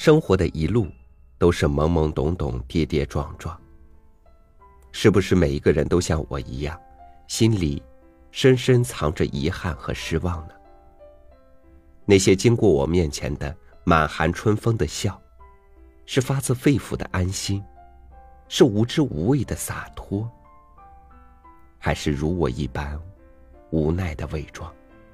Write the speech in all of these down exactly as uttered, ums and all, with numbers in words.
生活的一路都是懵懵懂懂，跌跌撞撞。是不是每一个人都像我一样，心里深深藏着遗憾和失望呢？那些经过我面前的满含春风的笑，是发自肺腑的安心，是无知无畏的洒脱，还是如我一般无奈的伪装？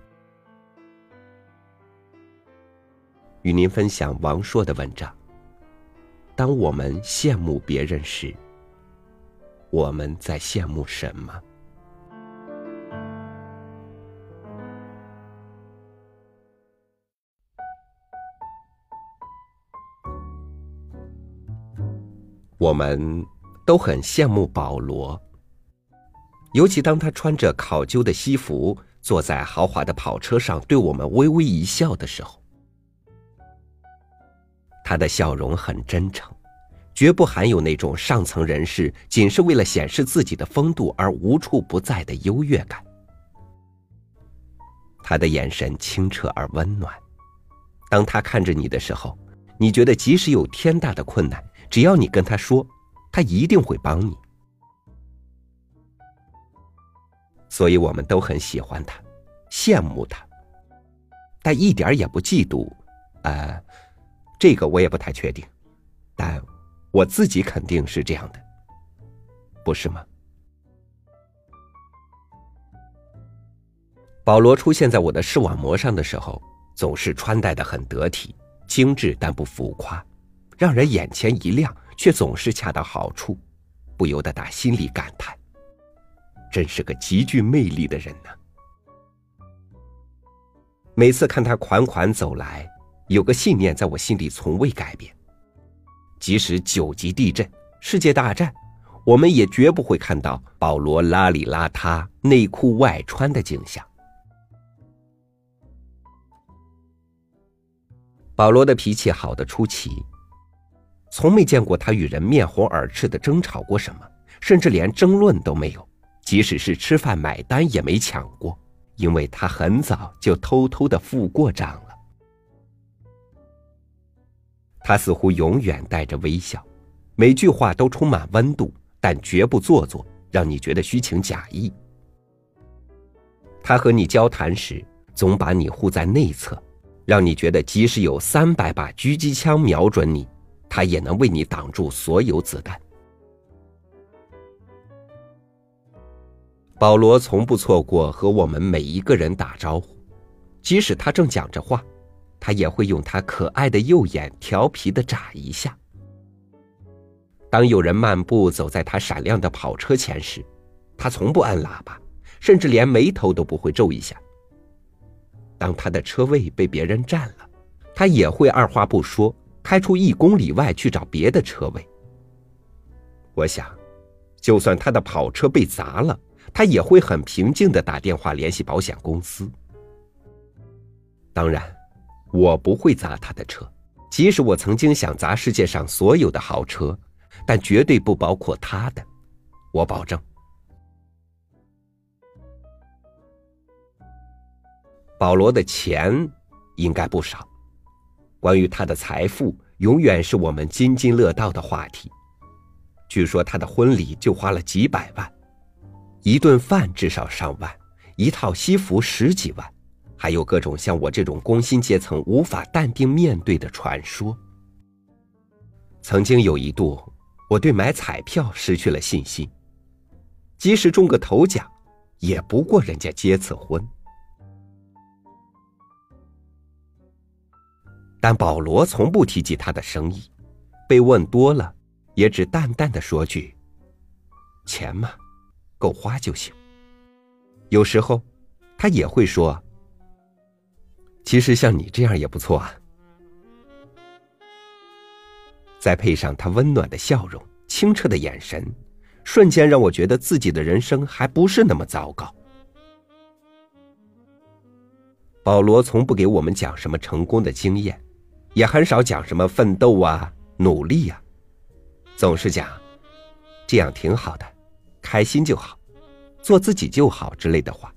与您分享王朔的文章。当我们羡慕别人时，我们在羡慕什么？我们都很羡慕保罗，尤其当他穿着考究的西服，坐在豪华的跑车上对我们微微一笑的时候。他的笑容很真诚，绝不含有那种上层人士仅是为了显示自己的风度而无处不在的优越感。他的眼神清澈而温暖，当他看着你的时候，你觉得即使有天大的困难，只要你跟他说，他一定会帮你。所以我们都很喜欢他，羡慕他，但一点也不嫉妒。呃，这个我也不太确定，但我自己肯定是这样的，不是吗？保罗出现在我的视网膜上的时候，总是穿戴得很得体，精致但不浮夸，让人眼前一亮，却总是恰到好处，不由得打心里感叹，真是个极具魅力的人呢。每次看他款款走来，有个信念在我心里从未改变，即使九级地震、世界大战，我们也绝不会看到保罗邋里邋遢、内裤外穿的景象。保罗的脾气好得出奇，从没见过他与人面红耳赤的争吵过什么，甚至连争论都没有，即使是吃饭买单也没抢过，因为他很早就偷偷地付过账了。他似乎永远带着微笑，每句话都充满温度，但绝不做作，让你觉得虚情假意。他和你交谈时，总把你护在内侧，让你觉得即使有三百把狙击枪瞄准你，他也能为你挡住所有子弹。保罗从不错过和我们每一个人打招呼，即使他正讲着话，他也会用他可爱的右眼调皮地眨一下。当有人漫步走在他闪亮的跑车前时，他从不按喇叭，甚至连眉头都不会皱一下。当他的车位被别人占了，他也会二话不说，开出一公里外去找别的车位。我想，就算他的跑车被砸了，他也会很平静地打电话联系保险公司。当然，我不会砸他的车，即使我曾经想砸世界上所有的豪车，但绝对不包括他的，我保证。保罗的钱应该不少，关于他的财富永远是我们津津乐道的话题。据说他的婚礼就花了几百万，一顿饭至少上万，一套西服十几万，还有各种像我这种工薪阶层无法淡定面对的传说。曾经有一度，我对买彩票失去了信心，即使中个头奖，也不过人家结次婚。但保罗从不提及他的生意，被问多了，也只淡淡地说句：“钱嘛，够花就行。”有时候，他也会说：“其实像你这样也不错啊。”再配上他温暖的笑容、清澈的眼神，瞬间让我觉得自己的人生还不是那么糟糕。保罗从不给我们讲什么成功的经验，也很少讲什么奋斗啊、努力啊，总是讲这样挺好的，开心就好，做自己就好之类的话。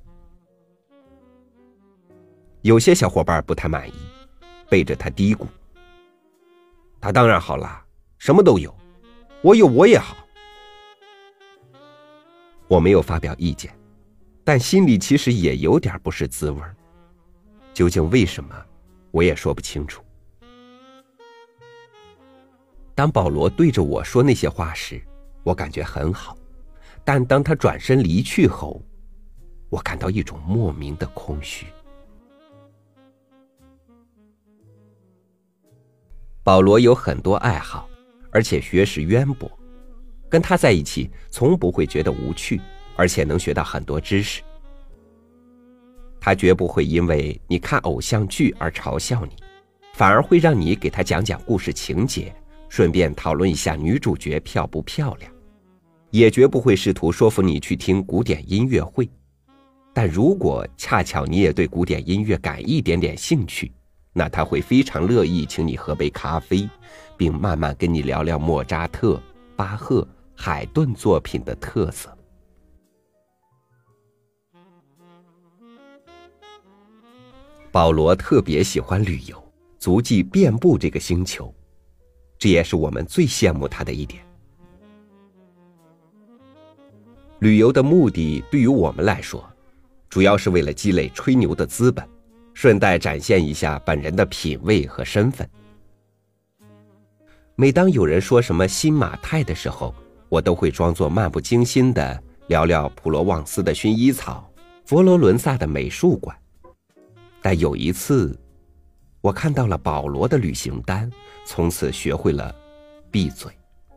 有些小伙伴不太满意，背着他嘀咕：“ 他当然好啦，什么都有，我有我也好。我没有发表意见，但心里其实也有点不是滋味，究竟为什么我也说不清楚。当保罗对着我说那些话时，我感觉很好，但当他转身离去后，我感到一种莫名的空虚。保罗有很多爱好，而且学识渊博，跟他在一起从不会觉得无趣，而且能学到很多知识。他绝不会因为你看偶像剧而嘲笑你，反而会让你给他讲讲故事情节，顺便讨论一下女主角漂不漂亮，也绝不会试图说服你去听古典音乐会。但如果恰巧你也对古典音乐感一点点兴趣，那他会非常乐意请你喝杯咖啡，并慢慢跟你聊聊莫扎特、巴赫、海顿作品的特色。保罗特别喜欢旅游，足迹遍布这个星球，这也是我们最羡慕他的一点。旅游的目的对于我们来说，主要是为了积累吹牛的资本，顺带展现一下本人的品味和身份。每当有人说什么新马泰的时候，我都会装作漫不经心地聊聊普罗旺斯的薰衣草，佛罗伦萨的美术馆。但有一次，我看到了保罗的旅行单，从此学会了闭嘴。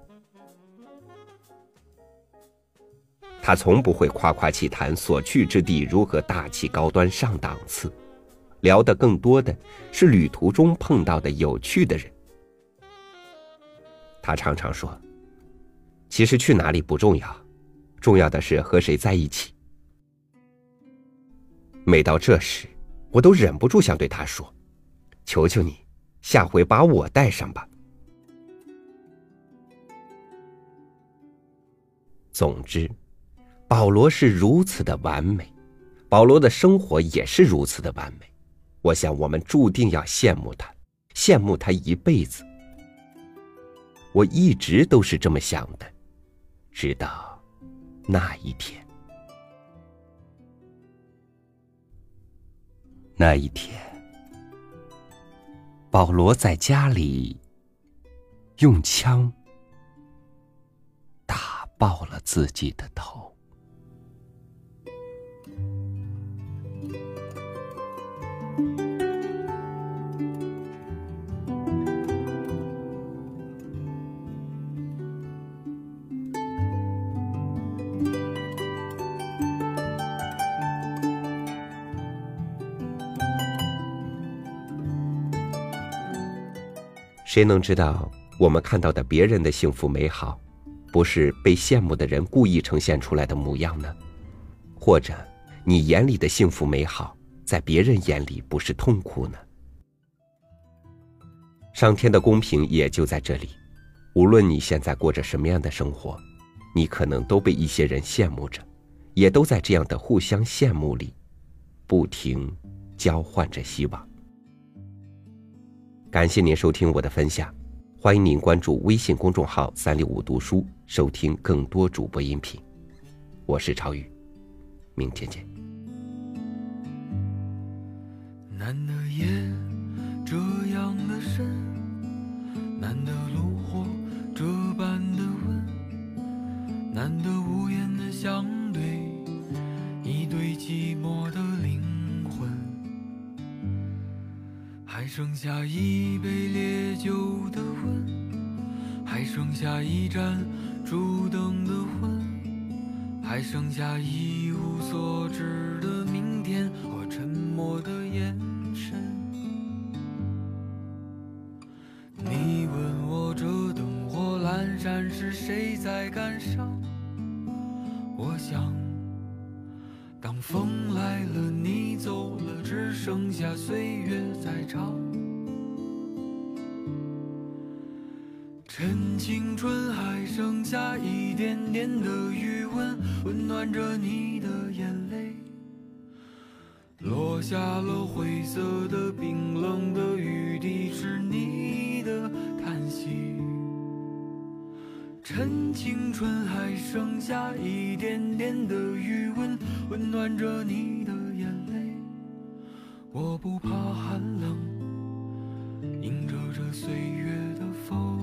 他从不会夸夸其谈所去之地如何大气高端上档次，聊得更多的是旅途中碰到的有趣的人。他常常说，其实去哪里不重要，重要的是和谁在一起。每到这时，我都忍不住想对他说，求求你，下回把我带上吧。总之，保罗是如此的完美，保罗的生活也是如此的完美。我想我们注定要羡慕他，羡慕他一辈子。我一直都是这么想的，直到那一天。那一天，保罗在家里用枪打爆了自己的头。谁能知道我们看到的别人的幸福美好，不是被羡慕的人故意呈现出来的模样呢？或者你眼里的幸福美好，在别人眼里不是痛苦呢？上天的公平也就在这里，无论你现在过着什么样的生活，你可能都被一些人羡慕着，也都在这样的互相羡慕里不停交换着希望。感谢您收听我的分享，欢迎您关注微信公众号三六五读书，收听更多主播音频。我是超宇，明天见。 难得夜这样的深，难得炉火这般的温，难得无言的相对，一对寂寞的灵魂。还剩下一杯烈酒的温，还剩下一盏烛灯的昏，还剩下一无所知的明天和沉默的眼神。你问我这灯火阑珊是谁在感伤，我想当风来了你走了，只剩下岁月在唱。趁青春还剩下一点点的余温，温暖着你的眼泪，落下了灰色的冰冷的雨滴，是你的叹息。趁青春还剩下一点点的余温，温暖着你的眼泪。我不怕寒冷，迎着这岁月的风。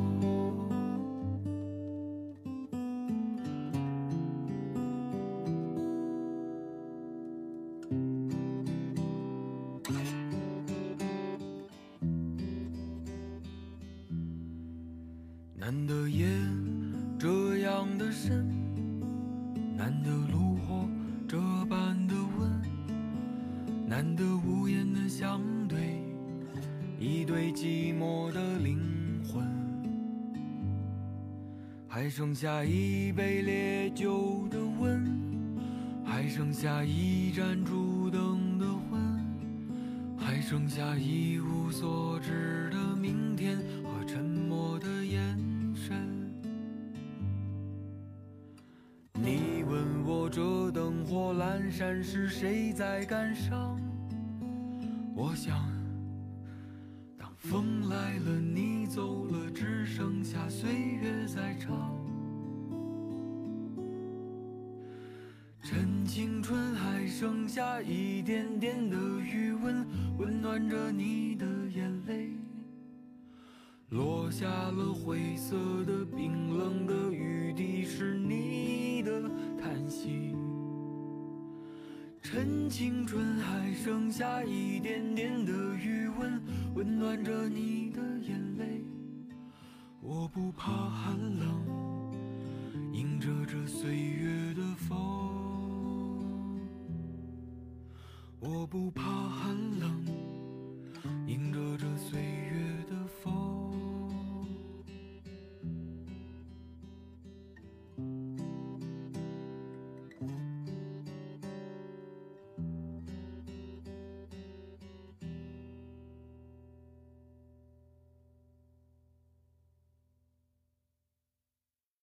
难得夜这样的深，难得炉火这般的温，难得无言的相对，一对寂寞的灵魂。还剩下一杯烈酒的温，还剩下一盏烛灯的昏，还剩下一无所知的明天和沉默的眼神。你问我这灯火阑珊时谁在感伤，我想当风来了你走了，只剩下岁月在唱。趁青春还剩下一点点的余温，温暖着你的眼泪。落下了灰色的冰冷的雨滴，是你的叹息。趁青春还剩下一点点的余温，温暖着你的眼泪。我不怕寒冷，迎着这岁月的风。我不怕寒冷。